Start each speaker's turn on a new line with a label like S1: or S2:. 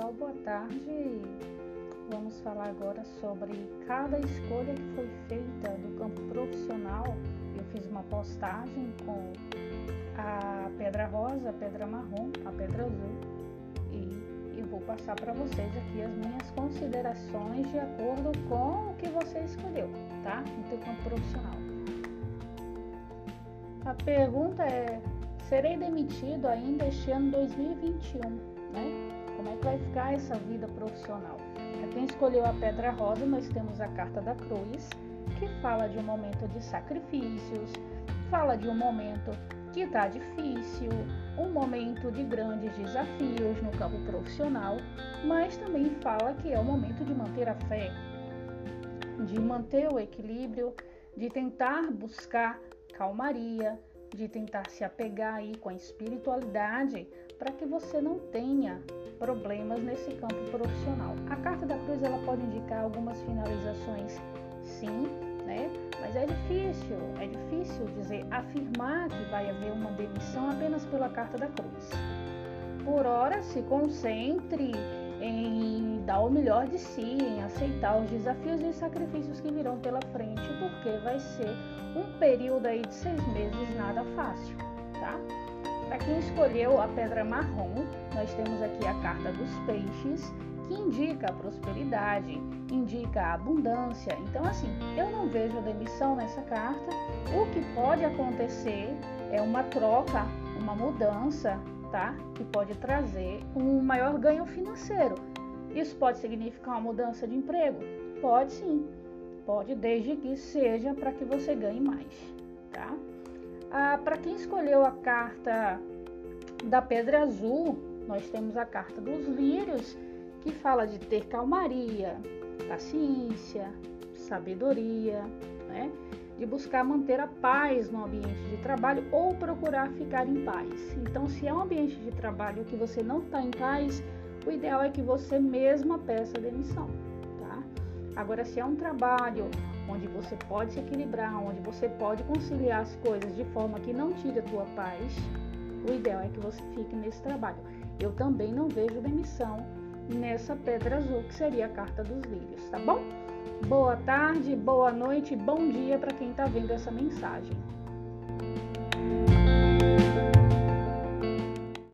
S1: pessoal, boa tarde. Vamos falar agora sobre cada escolha que foi feita do campo profissional. Eu fiz uma postagem com a pedra rosa, a pedra marrom, a pedra azul e eu vou passar para vocês aqui as minhas considerações de acordo com o que você escolheu, tá? No teu campo profissional. A pergunta é: serei demitido ainda este ano 2021, né? Como é que vai ficar essa vida profissional? Para quem escolheu a pedra rosa, nós temos a carta da cruz, que fala de um momento de sacrifícios, fala de um momento que está difícil, um momento de grandes desafios no campo profissional, mas também fala que é o momento de manter a fé, de manter o equilíbrio, de tentar buscar calmaria, de tentar se apegar aí com a espiritualidade para que você não tenha problemas nesse campo profissional. A carta da cruz ela pode indicar algumas finalizações, sim, né? Mas é difícil afirmar que vai haver uma demissão apenas pela carta da cruz. Por ora, se concentre em dar o melhor de si, em aceitar os desafios e os sacrifícios que virão pela frente, porque vai ser um período aí de 6 meses nada fácil, tá? Para quem escolheu a pedra marrom, nós temos aqui a carta dos peixes, que indica a prosperidade, indica a abundância. Então, assim, eu não vejo demissão nessa carta. O que pode acontecer é uma troca, uma mudança, tá? Que pode trazer um maior ganho financeiro. Isso pode significar uma mudança de emprego? Pode sim. Pode, desde que seja para que você ganhe mais, tá? Para quem escolheu a carta da pedra azul, nós temos a carta dos lírios, que fala de ter calmaria, paciência, sabedoria, né? De buscar manter a paz no ambiente de trabalho ou procurar ficar em paz. Então, se é um ambiente de trabalho que você não está em paz, o ideal é que você mesma peça demissão, tá? Agora, se é um trabalho onde você pode se equilibrar, onde você pode conciliar as coisas de forma que não tire a tua paz, o ideal é que você fique nesse trabalho. Eu também não vejo demissão nessa pedra azul, que seria a carta dos lírios, tá bom? Boa tarde, boa noite, bom dia para quem está vendo essa mensagem.